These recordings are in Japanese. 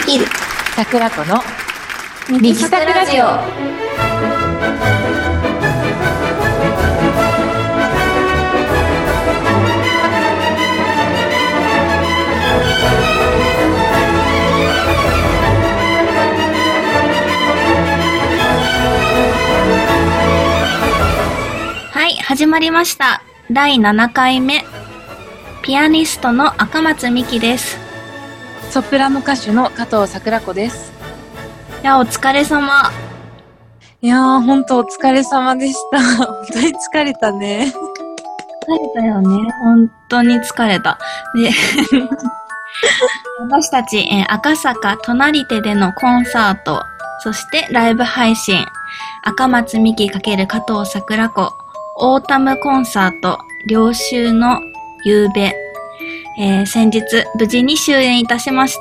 きる桜子のミキサクラジオ。はい、始まりました。第7回目。ピアニストの赤松美希です。 ソプラノ歌手の加藤桜子です。 いや、お疲れ様。 いやー、ほんとお疲れ様でした。本当に疲れたね。 疲れたよね。本当に疲れた。で私たち、赤坂隣手でのコンサート、そしてライブ配信、赤松美希×加藤桜子、オータムコンサート、両週の夕べ、先日無事に終演いたしました。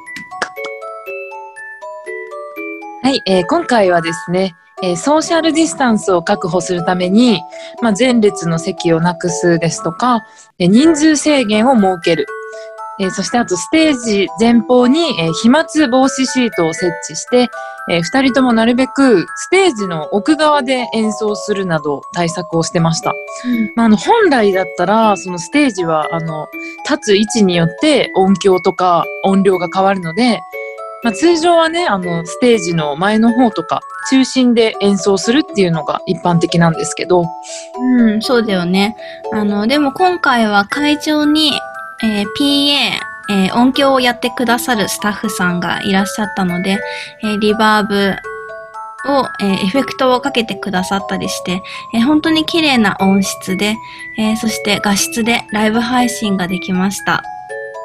はい、今回はですね、ソーシャルディスタンスを確保するために、前列の席をなくすですとか、人数制限を設ける、そしてあとステージ前方に、飛沫防止シートを設置して、2人ともなるべくステージの奥側で演奏するなど対策をしてました。本来だったらそのステージは立つ位置によって音響とか音量が変わるので、通常はねステージの前の方とか中心で演奏するっていうのが一般的なんですけど、 そうだよね。でも今回は会場に、PA、音響をやってくださるスタッフさんがいらっしゃったので、リバーブを、エフェクトをかけてくださったりして、本当に綺麗な音質で、そして画質でライブ配信ができました。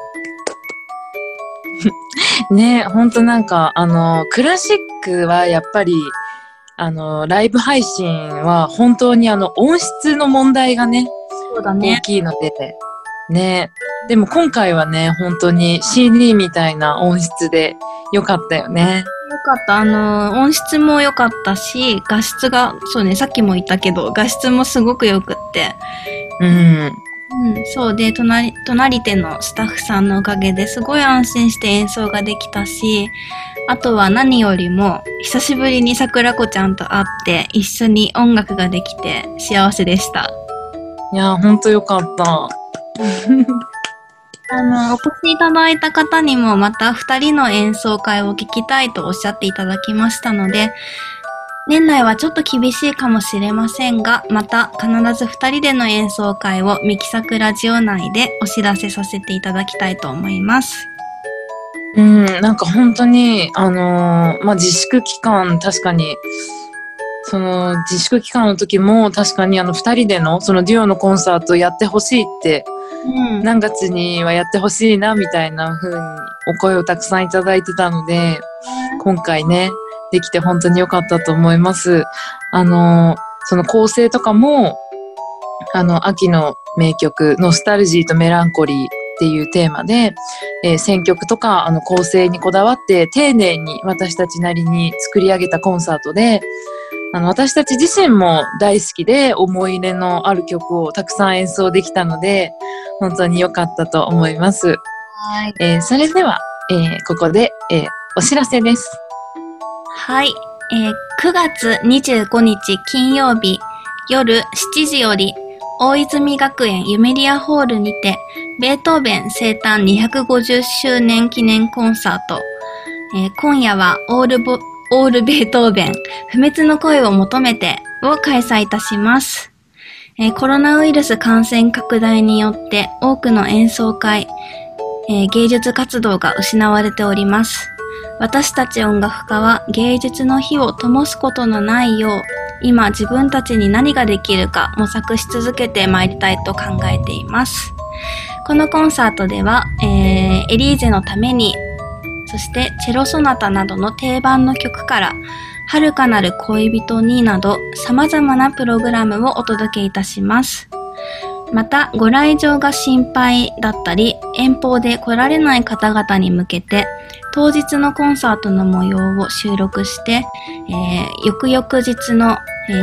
ね、本当なんかクラシックはやっぱりライブ配信は本当に音質の問題がね、 そうだね、 大きいのでね。でも今回はね、本当に CD みたいな音質で良かったよね。 良かった。音質も良かったし、画質が、そうね、さっきも言ったけど、画質もすごく良くって。そうで、隣手のスタッフさんのおかげですごい安心して演奏ができたし、あとは何よりも、久しぶりに桜子ちゃんと会って、一緒に音楽ができて幸せでした。 いや、ほんとよかった。 お越しいただいた方にもまた2人の演奏会を聞きたいとおっしゃっていただきましたので、年内はちょっと厳しいかもしれませんが、また必ず2人での演奏会をミキサクラジオ内でお知らせさせていただきたいと思います。 なんか本当に自粛期間、確かにその自粛期間の時も確かに2人でのそのデュオのコンサートやってほしいって、何月にはやってほしいなみたいな風にお声をたくさんいただいてたので、今回ねできて本当に良かったと思います。その構成とかも秋の名曲ノスタルジーとメランコリーっていうテーマで、選曲とか構成にこだわって丁寧に私たちなりに作り上げたコンサートで、私たち自身も大好きで思い入れのある曲をたくさん演奏できたので本当に良かったと思います。はい。それでは、ここで、お知らせです。 はい。9月25日金曜日夜7時より大泉学園ユメリアホールにてベートーベン生誕250周年記念コンサート、今夜はオールベートーベン不滅の恋を求めてを開催いたします。コロナウイルス感染拡大によって多くの演奏会、芸術活動が失われております。私たち音楽家は芸術の火を灯すことのないよう、今自分たちに何ができるか模索し続けてまいりたいと考えています。このコンサートでは、エリーゼのために、そしてチェロソナタなどの定番の曲から遥かなる恋人になど様々なプログラムをお届けいたします。またご来場が心配だったり遠方で来られない方々に向けて当日のコンサートの模様を収録して、翌々日の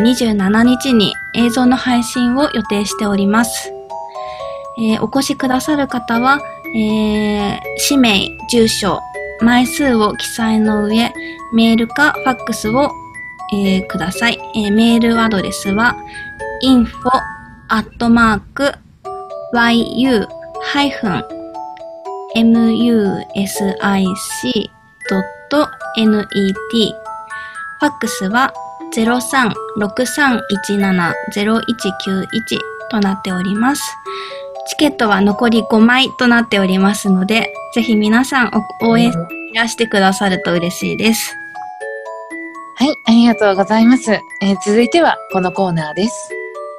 27日に映像の配信を予定しております。お越しくださる方は、氏名、住所、 枚数を記載の上、メールかファックスを、ください。メールアドレスは info@yu-music.net。 ファックスは 0363170191 となっております。チケットは残り5枚となっておりますので、ぜひ皆さん応援いらしてくださると嬉しいです。 はい、ありがとうございます。続いてはこのコーナーです。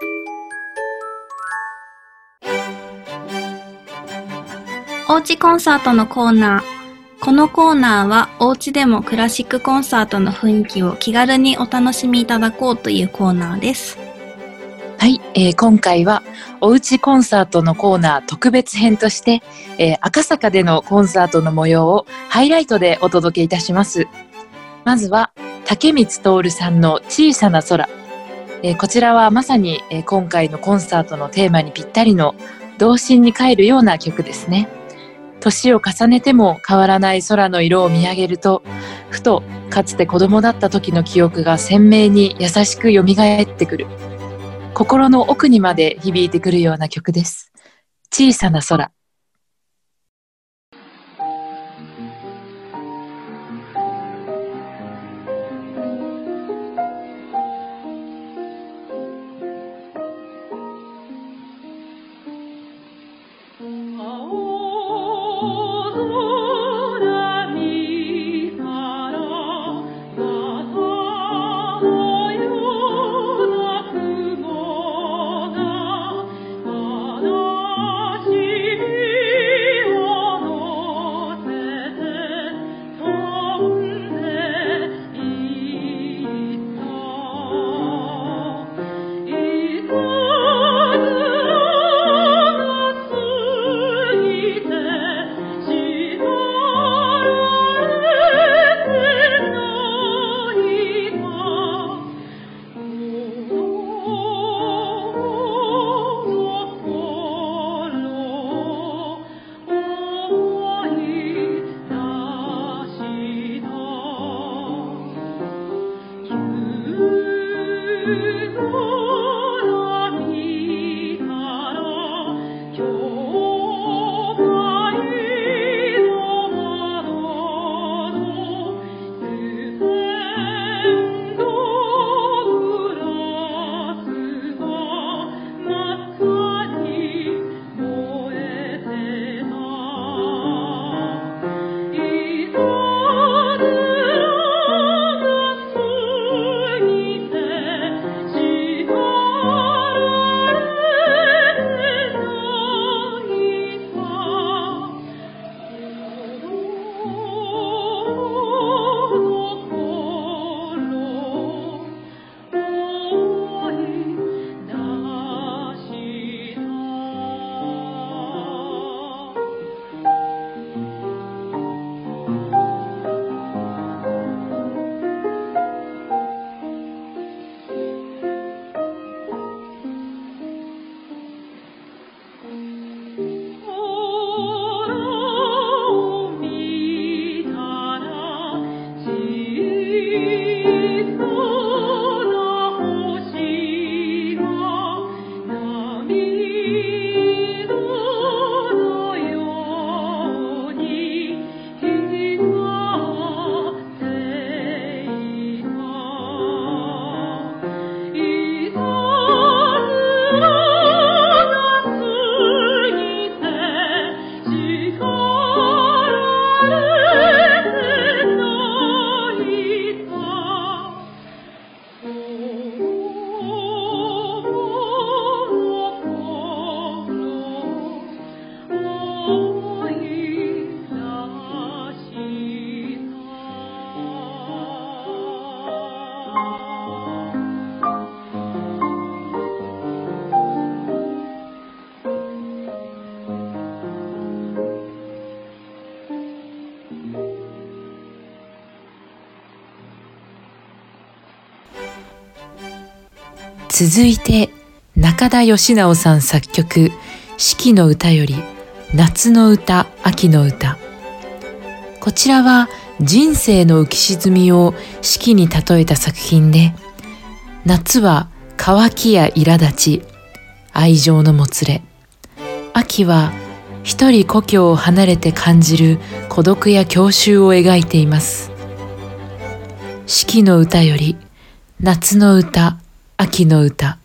おうちコンサートのコーナー。このコーナーはおうちでもクラシックコンサートの雰囲気を気軽にお楽しみいただこうというコーナーです。 はい、今回はおうちコンサートのコーナー特別編として、赤坂でのコンサートの模様をハイライトでお届けいたします。まずは竹光徹さんの小さな空。こちらはまさに、今回のコンサートのテーマにぴったりの童心に帰るような曲ですね。年を重ねても変わらない空の色を見上げると、ふとかつて子供だった時の記憶が鮮明に優しく蘇ってくる。心の奥にまで響いてくるような曲です。小さな空。続いて中田喜直さん作曲、四季の歌より夏の歌、秋の歌。 こちらは人生の浮き沈みを四季に例えた作品で、夏は乾きや苛立ち、愛情のもつれ、秋は一人故郷を離れて感じる孤独や郷愁を描いています。四季の歌より夏の歌、秋の歌。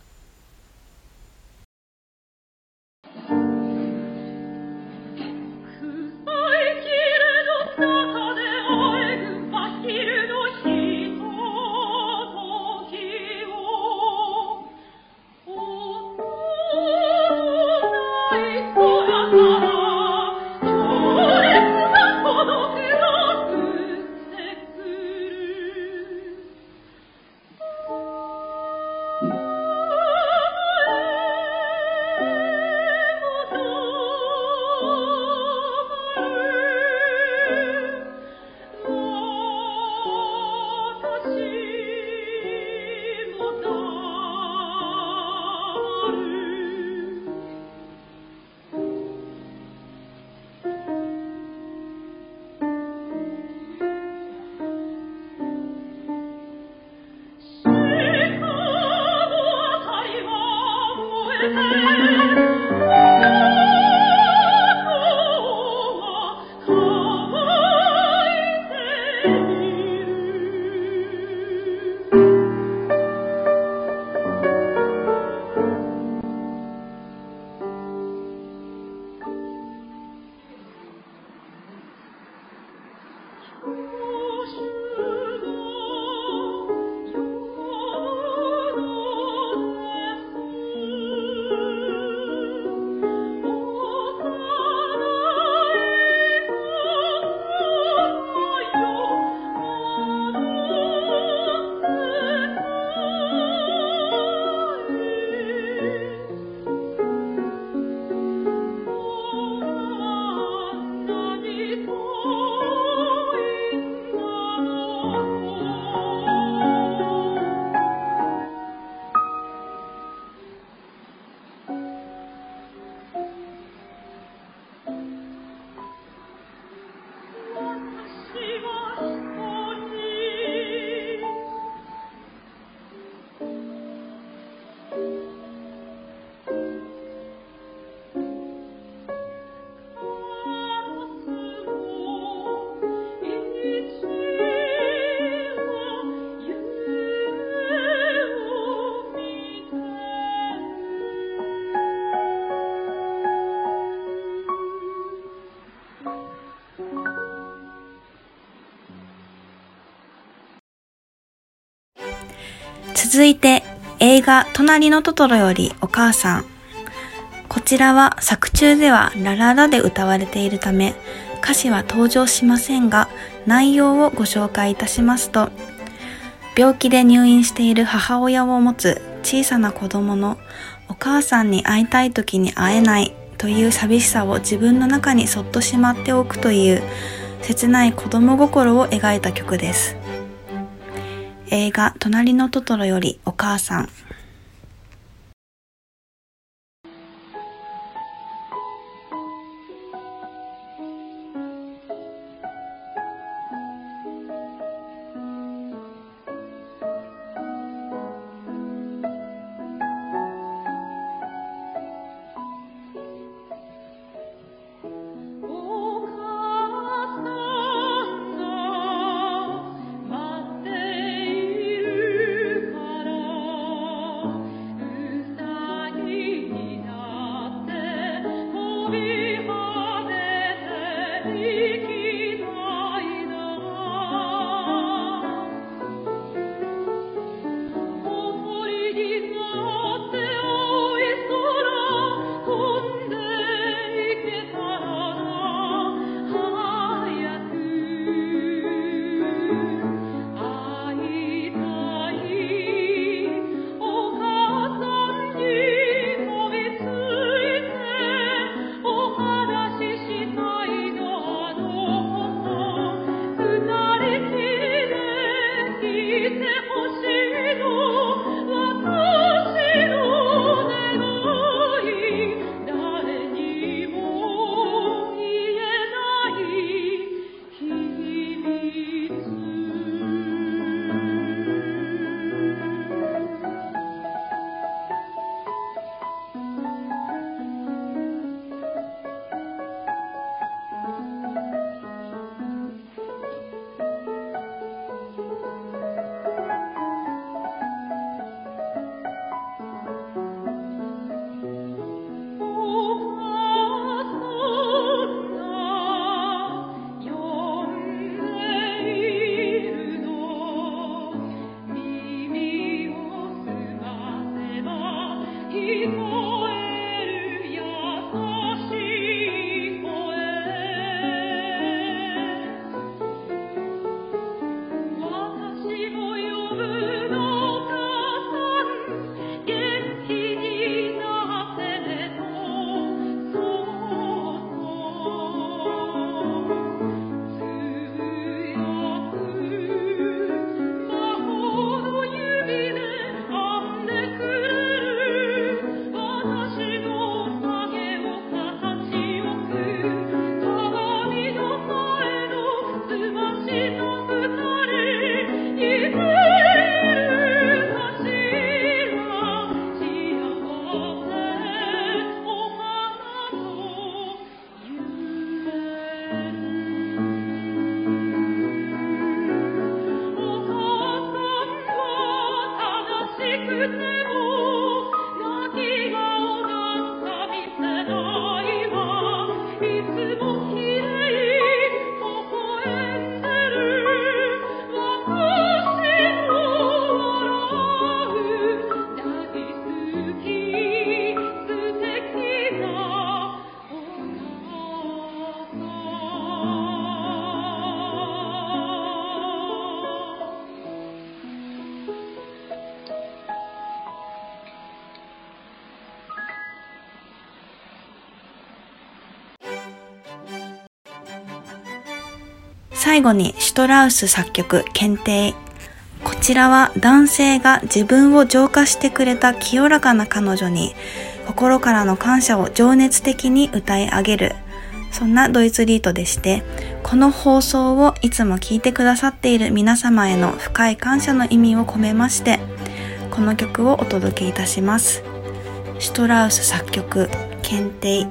続いて映画隣のトトロよりお母さん。こちらは作中ではラララで歌われているため歌詞は登場しませんが、内容をご紹介いたしますと、病気で入院している母親を持つ小さな子供のお母さんに会いたい時に会えないという寂しさを自分の中にそっとしまっておくという切ない子供心を描いた曲です。映画隣のトトロよりお母さん。 最後にシュトラウス作曲検定。こちらは男性が自分を浄化してくれた清らかな彼女に心からの感謝を情熱的に歌い上げる、そんなドイツリートでして、この放送をいつも聞いてくださっている皆様への深い感謝の意味を込めまして、この曲をお届けいたします。シュトラウス作曲検定。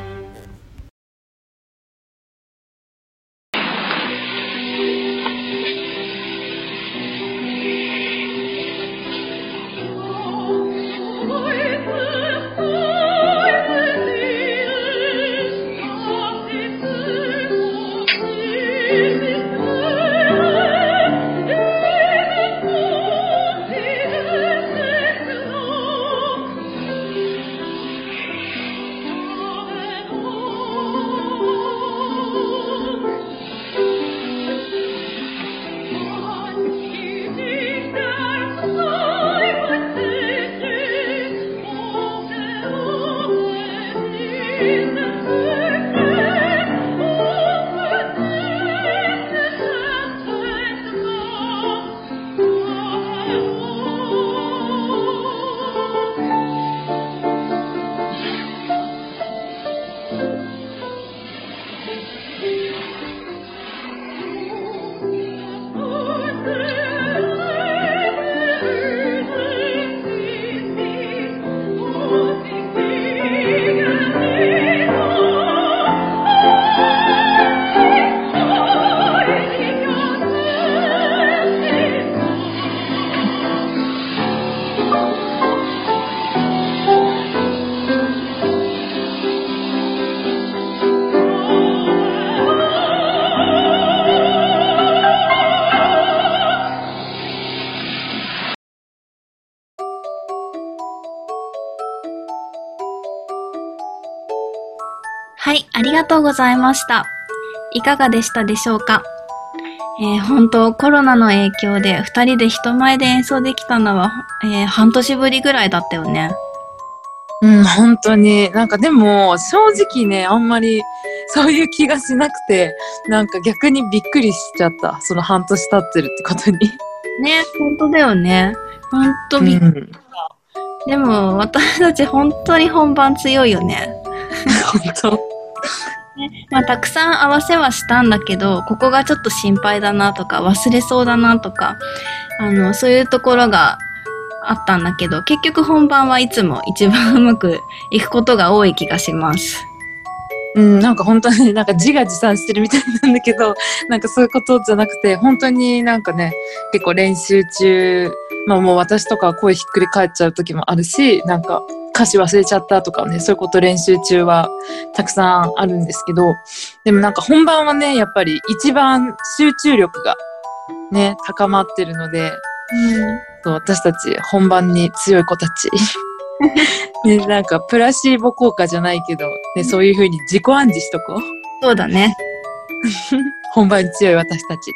はい、ありがとうございました。いかがでしたでしょうか？本当コロナの影響で2人で人前で演奏できたのは、半年ぶりぐらいだったよね。 本当に。なんかでも、正直ね、あんまりそういう気がしなくて、なんか逆にびっくりしちゃった。その半年経ってるってことに。 ね、本当だよね。本当びっくりした。でも、私たち本当に本番強いよね。 本当。 たくさん合わせはしたんだけど、ここがちょっと心配だなとか、忘れそうだなとか、そういうところがあったんだけど、結局本番はいつも一番うまくいくことが多い気がします。 なんか本当になんか自画自賛してるみたいなんだけど、なんかそういうことじゃなくて、本当になんかね、結構練習中、もう私とか声ひっくり返っちゃう時もあるし、なんか歌詞忘れちゃったとかね、そういうこと練習中はたくさんあるんですけど、でもなんか本番はね、やっぱり一番集中力がね、高まってるので、そう私たち本番に強い子たち。ね、なんかプラシーボ効果じゃないけど、ね、そういう風に自己暗示しとこう。 そうだね。 本番に強い私たちって。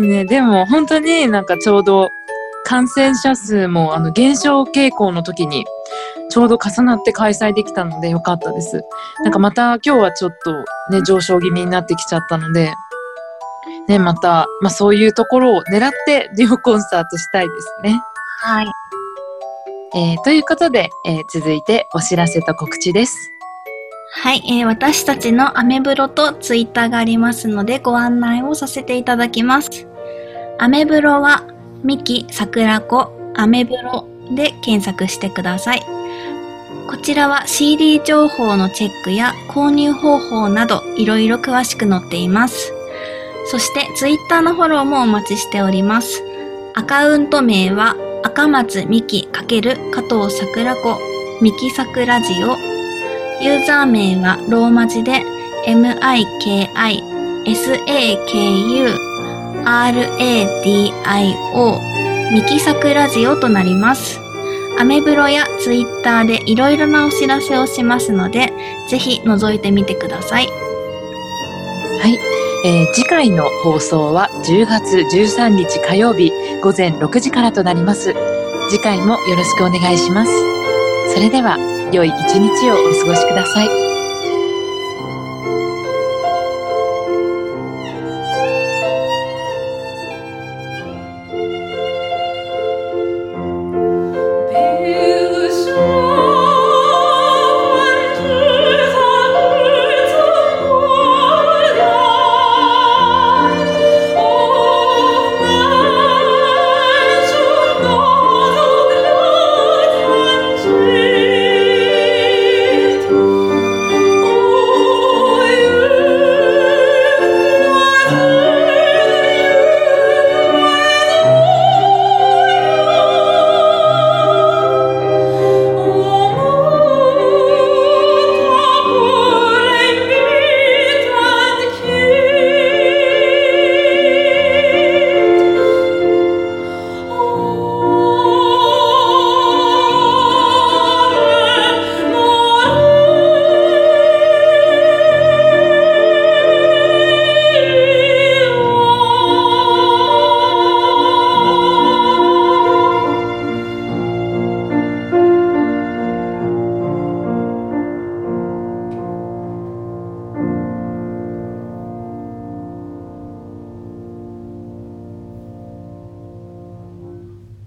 ね、でも本当になんかちょうど感染者数も減少傾向の時にちょうど重なって開催できたのでよかったです。なんかまた今日はちょっとね、上昇気味になってきちゃったので、ね、また、そういうところを狙ってデュオコンサートしたいですね。 はい。 ということで、続いてお知らせと告知です。 はい、私たちのアメブロとツイッターがありますのでご案内をさせていただきます。アメブロはミキ桜子アメブロで検索してください。こちらは CD 情報のチェックや購入方法などいろいろ詳しく載っています。そしてツイッターのフォローもお待ちしております。アカウント名は赤松美希×加藤桜子ミキサクラジオ。ユーザー名はローマ字で MIKISAKURADIO ミキサクラジオとなります。アメブロやツイッターでいろいろなお知らせをしますので、ぜひ覗いてみてください。 はい。次回の放送は10月13日火曜日午前6時からとなります。次回もよろしくお願いします。それでは良い一日をお過ごしください。